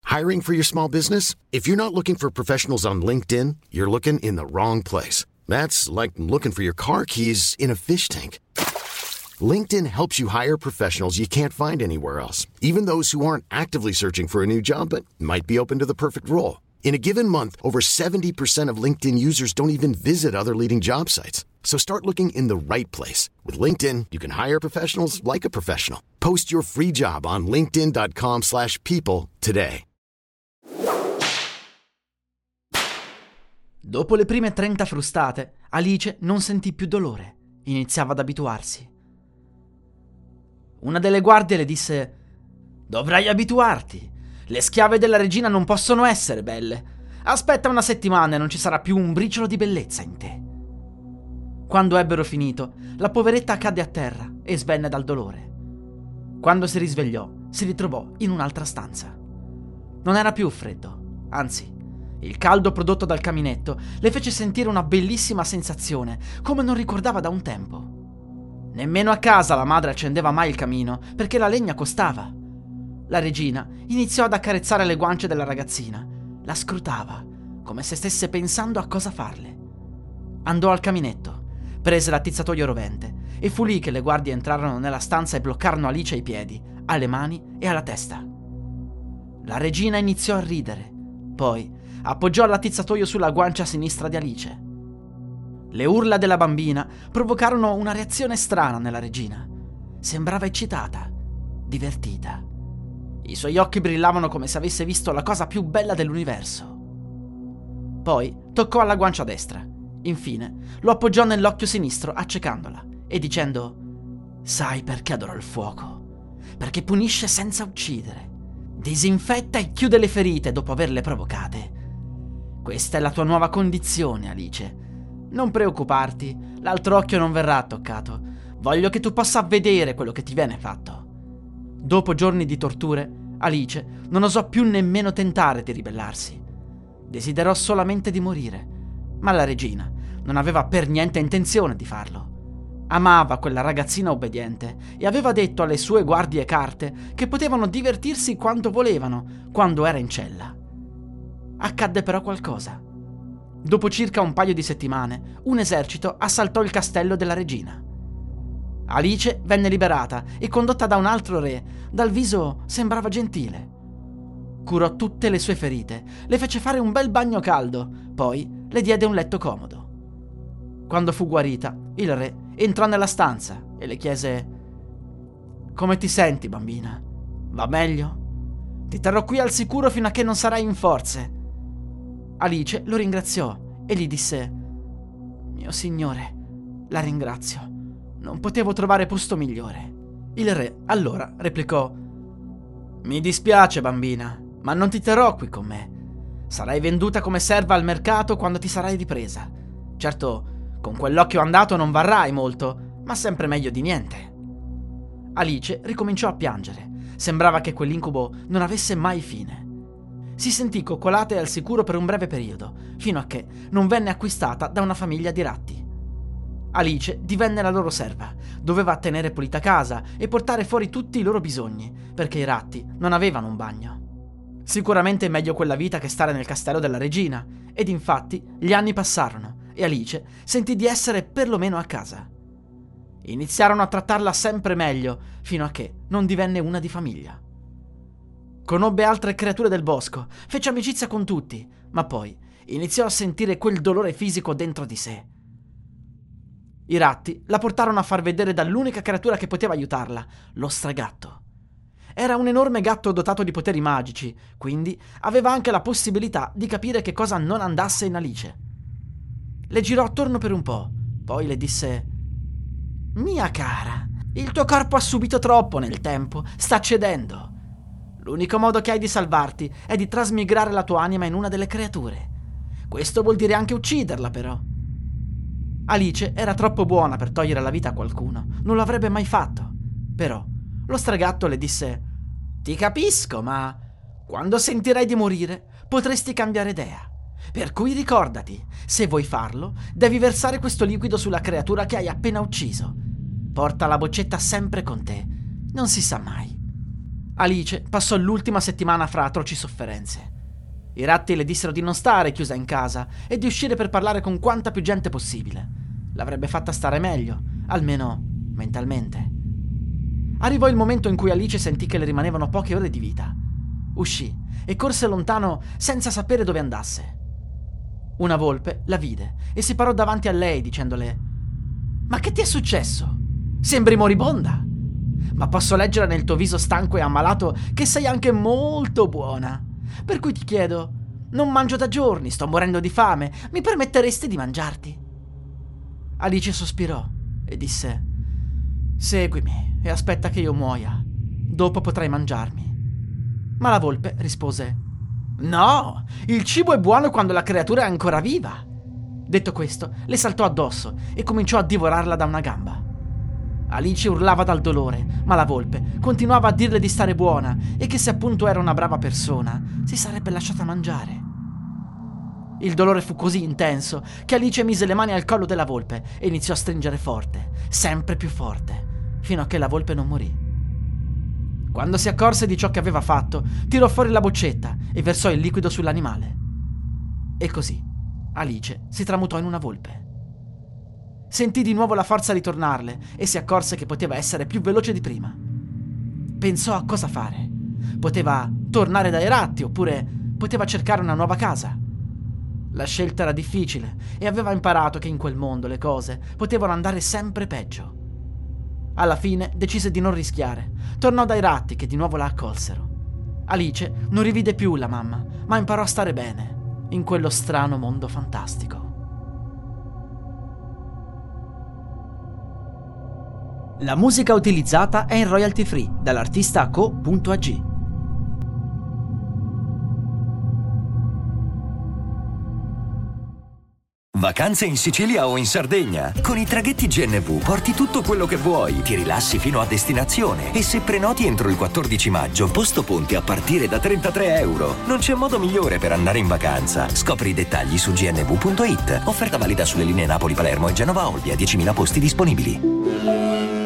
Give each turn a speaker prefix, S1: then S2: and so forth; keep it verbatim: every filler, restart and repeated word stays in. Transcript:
S1: Hiring for your small business? If you're not looking for professionals on LinkedIn, you're looking in the wrong place. That's like looking for your car keys in a fish tank. LinkedIn helps you hire professionals you can't find anywhere else, even those who aren't actively searching for a new job but might be open to the perfect role. In a given month, over seventy percent of LinkedIn users don't even visit other leading job sites. So start looking in the right place. With LinkedIn, you can hire professionals like a professional. Post your free job on linkedin.com slash people today.
S2: Dopo le prime trenta frustate, Alice non sentì più dolore. Iniziava ad abituarsi. Una delle guardie le disse: «Dovrai abituarti. Le schiave della regina non possono essere belle. Aspetta una settimana e non ci sarà più un briciolo di bellezza in te». Quando ebbero finito, la poveretta cadde a terra e svenne dal dolore. Quando si risvegliò, si ritrovò in un'altra stanza. Non era più freddo, anzi, il caldo prodotto dal caminetto le fece sentire una bellissima sensazione, come non ricordava da un tempo. Nemmeno a casa la madre accendeva mai il camino, perché la legna costava. La regina iniziò ad accarezzare le guance della ragazzina, la scrutava, come se stesse pensando a cosa farle. Andò al caminetto, prese l'attizzatoio rovente e fu lì che le guardie entrarono nella stanza e bloccarono Alice ai piedi, alle mani e alla testa. La regina iniziò a ridere, poi appoggiò l'attizzatoio sulla guancia sinistra di Alice. Le urla della bambina provocarono una reazione strana nella regina. Sembrava eccitata, divertita. I suoi occhi brillavano come se avesse visto la cosa più bella dell'universo. Poi toccò alla guancia destra. Infine lo appoggiò nell'occhio sinistro accecandola e dicendo: «Sai perché adoro il fuoco? Perché punisce senza uccidere. Disinfetta e chiude le ferite dopo averle provocate. Questa è la tua nuova condizione, Alice. Non preoccuparti, l'altro occhio non verrà toccato. Voglio che tu possa vedere quello che ti viene fatto». Dopo giorni di torture, Alice non osò più nemmeno tentare di ribellarsi. Desiderò solamente di morire, ma la regina non aveva per niente intenzione di farlo. Amava quella ragazzina obbediente e aveva detto alle sue guardie carte che potevano divertirsi quanto volevano quando era in cella. Accadde però qualcosa. Dopo circa un paio di settimane, un esercito assaltò il castello della regina. Alice venne liberata e condotta da un altro re, dal viso sembrava gentile. Curò tutte le sue ferite, le fece fare un bel bagno caldo, poi le diede un letto comodo. Quando fu guarita, il re entrò nella stanza e le chiese: «Come ti senti, bambina? Va meglio? Ti terrò qui al sicuro fino a che non sarai in forze». Alice lo ringraziò e gli disse: «Mio signore, la ringrazio. Non potevo trovare posto migliore». Il re allora replicò: «Mi dispiace, bambina, ma non ti terrò qui con me. Sarai venduta come serva al mercato quando ti sarai ripresa. Certo, con quell'occhio andato non varrai molto, ma sempre meglio di niente». Alice ricominciò a piangere. Sembrava che quell'incubo non avesse mai fine. Si sentì coccolata e al sicuro per un breve periodo, fino a che non venne acquistata da una famiglia di ratti. Alice divenne la loro serva, doveva tenere pulita casa e portare fuori tutti i loro bisogni, perché i ratti non avevano un bagno. Sicuramente è meglio quella vita che stare nel castello della regina, ed infatti gli anni passarono e Alice sentì di essere perlomeno a casa. Iniziarono a trattarla sempre meglio, fino a che non divenne una di famiglia. Conobbe altre creature del bosco, fece amicizia con tutti, ma poi iniziò a sentire quel dolore fisico dentro di sé. I ratti la portarono a far vedere dall'unica creatura che poteva aiutarla, lo stregatto. Era un enorme gatto dotato di poteri magici, quindi aveva anche la possibilità di capire che cosa non andasse in Alice. Le girò attorno per un po', poi le disse: «Mia cara, il tuo corpo ha subito troppo nel tempo, sta cedendo. L'unico modo che hai di salvarti è di trasmigrare la tua anima in una delle creature. Questo vuol dire anche ucciderla, però». Alice era troppo buona per togliere la vita a qualcuno, non lo avrebbe mai fatto. Però lo stregatto le disse: «Ti capisco, ma quando sentirai di morire potresti cambiare idea. Per cui ricordati, se vuoi farlo, devi versare questo liquido sulla creatura che hai appena ucciso. Porta la boccetta sempre con te, non si sa mai». Alice passò l'ultima settimana fra atroci sofferenze. I ratti le dissero di non stare chiusa in casa e di uscire per parlare con quanta più gente possibile. L'avrebbe fatta stare meglio, almeno mentalmente. Arrivò il momento in cui Alice sentì che le rimanevano poche ore di vita. Uscì e corse lontano senza sapere dove andasse. Una volpe la vide e si parò davanti a lei dicendole: «Ma che ti è successo? Sembri moribonda! Ma posso leggere nel tuo viso stanco e ammalato che sei anche molto buona. Per cui ti chiedo, non mangio da giorni, sto morendo di fame, mi permetteresti di mangiarti?» Alice sospirò e disse: «Seguimi e aspetta che io muoia, dopo potrai mangiarmi». Ma la volpe rispose: «No, il cibo è buono quando la creatura è ancora viva». Detto questo, le saltò addosso e cominciò a divorarla da una gamba. Alice urlava dal dolore, ma la volpe continuava a dirle di stare buona e che se appunto era una brava persona, si sarebbe lasciata mangiare. Il dolore fu così intenso che Alice mise le mani al collo della volpe e iniziò a stringere forte, sempre più forte, fino a che la volpe non morì. Quando si accorse di ciò che aveva fatto, tirò fuori la boccetta e versò il liquido sull'animale. E così Alice si tramutò in una volpe. Sentì di nuovo la forza ritornarle e si accorse che poteva essere più veloce di prima. Pensò a cosa fare. Poteva tornare dai ratti oppure poteva cercare una nuova casa. La scelta era difficile e aveva imparato che in quel mondo le cose potevano andare sempre peggio. Alla fine decise di non rischiare. Tornò dai ratti che di nuovo la accolsero. Alice non rivide più la mamma, ma imparò a stare bene in quello strano mondo fantastico. La musica utilizzata è in royalty free dall'artista co punto a g.
S3: Vacanze in Sicilia o in Sardegna. Con i traghetti G N V porti tutto quello che vuoi, ti rilassi fino a destinazione e se prenoti entro il quattordici maggio, posto ponti a partire da trentatré euro. Non c'è modo migliore per andare in vacanza. Scopri i dettagli su g n v punto i t. Offerta valida sulle linee Napoli-Palermo e Genova-Olbia, diecimila posti disponibili.